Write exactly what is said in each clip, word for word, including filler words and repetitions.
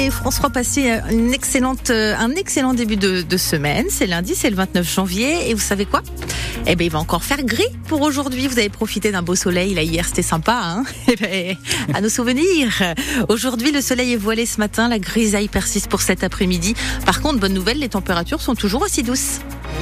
santé. François, passez une excellente, un excellent début de, de semaine. C'est lundi, c'est le vingt-neuf janvier. Et vous savez quoi ? Eh ben, il va encore faire gris pour aujourd'hui. Vous avez profité d'un beau soleil. Là, hier, c'était sympa, hein ? Eh ben, à nos souvenirs. Aujourd'hui, le soleil est voilé ce matin. La grisaille persiste pour cet après-midi. Par contre, bonne nouvelle, les températures sont toujours aussi douces.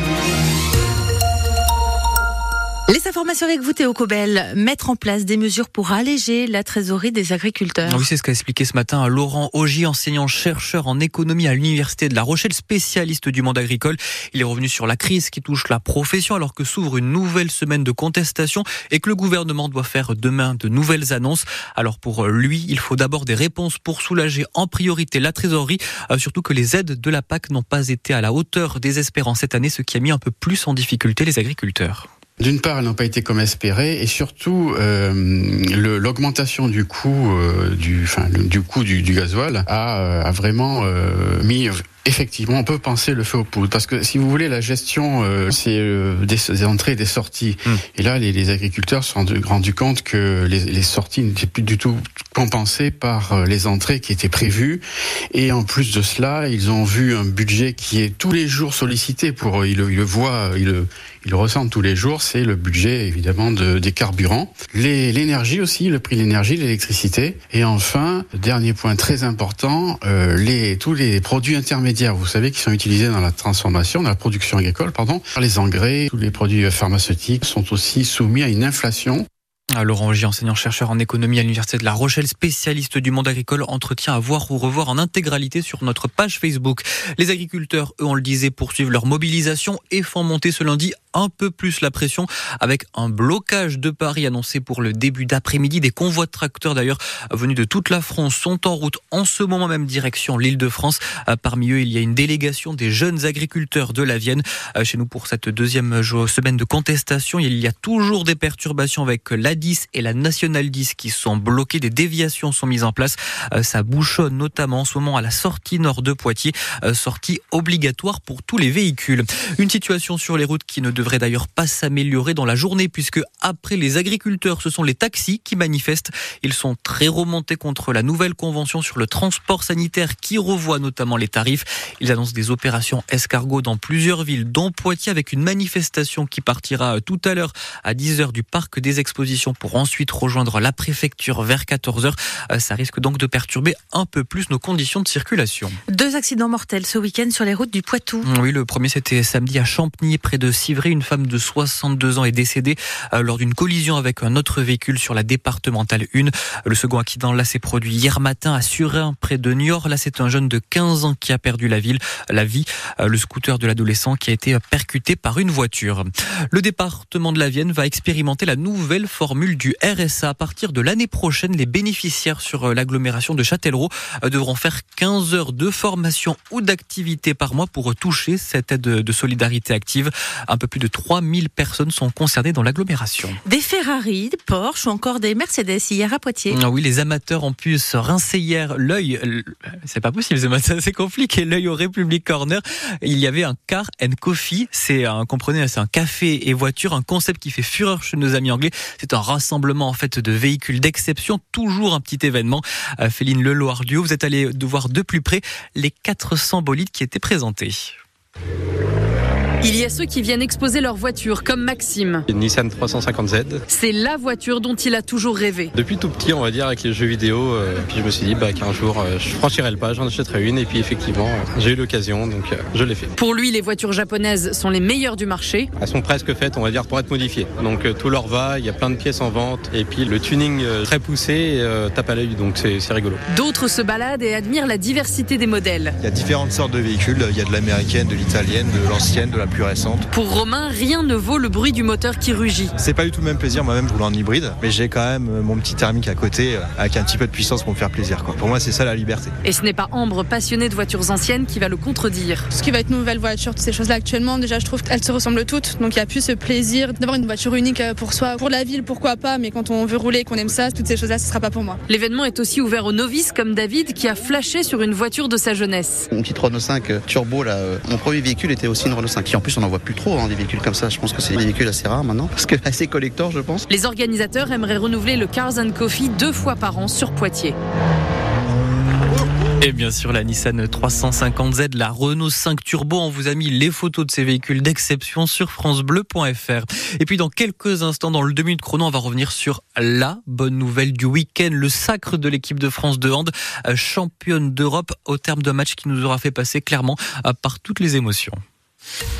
Les informations avec vous, Théo Cobel. Mettre en place des mesures pour alléger la trésorerie des agriculteurs. Oui, c'est ce qu'a expliqué ce matin Laurent Augy, enseignant-chercheur en économie à l'Université de La Rochelle, spécialiste du monde agricole. Il est revenu sur la crise qui touche la profession alors que s'ouvre une nouvelle semaine de contestation et que le gouvernement doit faire demain de nouvelles annonces. Alors pour lui, il faut d'abord des réponses pour soulager en priorité la trésorerie, surtout que les aides de la P A C n'ont pas été à la hauteur des espérants cette année, ce qui a mis un peu plus en difficulté les agriculteurs. D'une part, elles n'ont pas été comme espéré, et surtout euh, le, l'augmentation du coût euh, du, enfin, le, du coût du, du gasoil a, euh, a vraiment euh, mis. Effectivement, on peut penser le feu aux poudres, parce que si vous voulez, la gestion, euh, c'est euh, des, des entrées et des sorties. Mmh. Et là, les, les agriculteurs se sont rendus compte que les, les sorties n'étaient plus du tout compensées par les entrées qui étaient prévues. Et en plus de cela, ils ont vu un budget qui est tous les jours sollicité. Pour, ils, ils le voient, ils le, ils le ressentent tous les jours. C'est le budget évidemment de, des carburants, les, l'énergie aussi, le prix de l'énergie, l'électricité. Et enfin, dernier point très important, euh, les tous les produits intermédiaires. Vous savez, qui sont utilisés dans la transformation, dans la production agricole, pardon. Les engrais, tous les produits pharmaceutiques sont aussi soumis à une inflation. Laurent Augy, enseignant-chercheur en économie à l'Université de La Rochelle, spécialiste du monde agricole, entretien à voir ou revoir en intégralité sur notre page Facebook. Les agriculteurs, eux, on le disait, poursuivent leur mobilisation et font monter ce lundi un peu plus la pression avec un blocage de Paris annoncé pour le début d'après-midi. Des convois de tracteurs d'ailleurs venus de toute la France sont en route en ce moment même direction l'Île-de-France. Parmi eux, il y a une délégation des jeunes agriculteurs de la Vienne. Chez nous, pour cette deuxième semaine de contestation, il y a toujours des perturbations avec l'A dix et la Nationale dix qui sont bloquées. Des déviations sont mises en place. Ça bouchonne notamment en ce moment à la sortie nord de Poitiers, sortie obligatoire pour tous les véhicules. Une situation sur les routes qui ne devrait d'ailleurs pas s'améliorer dans la journée, puisque après les agriculteurs, ce sont les taxis qui manifestent. Ils sont très remontés contre la nouvelle convention sur le transport sanitaire qui revoit notamment les tarifs. Ils annoncent des opérations escargots dans plusieurs villes, dont Poitiers, avec une manifestation qui partira tout à l'heure à dix heures du parc des expositions pour ensuite rejoindre la préfecture vers quatorze heures. Ça risque donc de perturber un peu plus nos conditions de circulation. Deux accidents mortels ce week-end sur les routes du Poitou. Oui, le premier c'était samedi à Champigny, près de Civray. Une femme de soixante-deux ans est décédée euh, lors d'une collision avec un autre véhicule sur la départementale un. Le second accident là s'est produit hier matin à Surin, près de Niort. Là, c'est un jeune de quinze ans qui a perdu la, ville, la vie. Euh, le scooter de l'adolescent qui a été percuté par une voiture. Le département de la Vienne va expérimenter la nouvelle formule du R S A. À partir de l'année prochaine, les bénéficiaires sur l'agglomération de Châtellerault devront faire quinze heures de formation ou d'activité par mois pour toucher cette aide de solidarité active. Un peu plus de trois mille personnes sont concernées dans l'agglomération. Des Ferrari, des Porsche ou encore des Mercedes hier à Poitiers. Ah oui, les amateurs ont pu se rincer hier l'œil. C'est pas possible, c'est compliqué. L'œil au République Corner. Il y avait un car and coffee. C'est un, comprenez, c'est un café et voiture, un concept qui fait fureur chez nos amis anglais. C'est un rassemblement en fait de véhicules d'exception. Toujours un petit événement. Euh, Féline Leloir-Duo, vous êtes allé voir de plus près les quatre cents bolides qui étaient présentés. Il y a ceux qui viennent exposer leur voiture, comme Maxime. Une Nissan trois cent cinquante Z. C'est la voiture dont il a toujours rêvé. Depuis tout petit, on va dire, avec les jeux vidéo, euh, puis je me suis dit bah, qu'un jour, euh, je franchirai le pas, j'en achèterai une, et puis effectivement, euh, j'ai eu l'occasion, donc euh, je l'ai fait. Pour lui, les voitures japonaises sont les meilleures du marché. Elles sont presque faites, on va dire, pour être modifiées. Donc euh, tout leur va, il y a plein de pièces en vente, et puis le tuning euh, très poussé euh, tape à l'œil, donc c'est, c'est rigolo. D'autres se baladent et admirent la diversité des modèles. Il y a différentes sortes de véhicules, il y a de l'américaine, de l'italienne, de l'ancienne, de la plus récente. Pour Romain, rien ne vaut le bruit du moteur qui rugit. C'est pas du tout le même plaisir, moi-même je roule en hybride, mais j'ai quand même mon petit thermique à côté avec un petit peu de puissance pour me faire plaisir, quoi. Pour moi, c'est ça la liberté. Et ce n'est pas Ambre, passionnée de voitures anciennes, qui va le contredire. Tout ce qui va être nouvelle voiture, toutes ces choses-là actuellement, déjà je trouve qu'elles se ressemblent toutes, donc il n'y a plus ce plaisir d'avoir une voiture unique pour soi. Pour la ville, pourquoi pas, mais quand on veut rouler, qu'on aime ça, toutes ces choses-là, ce sera pas pour moi. L'événement est aussi ouvert aux novices comme David, qui a flashé sur une voiture de sa jeunesse. Une petite Renault cinq turbo, là, mon premier véhicule était aussi une Renault cinq, qui en plus on n'en voit plus trop, hein, des véhicules comme ça. Je pense que c'est des véhicules assez rares maintenant, parce que assez collector, je pense. Les organisateurs aimeraient renouveler le Cars and Coffee deux fois par an sur Poitiers. Et bien sûr, la Nissan trois cent cinquante Z, la Renault cinq Turbo. On vous a mis les photos de ces véhicules d'exception sur francebleu point fr. Et puis, dans quelques instants, dans le deux minutes chrono, on va revenir sur la bonne nouvelle du week-end, le sacre de l'équipe de France de hand, championne d'Europe, au terme d'un match qui nous aura fait passer clairement par toutes les émotions.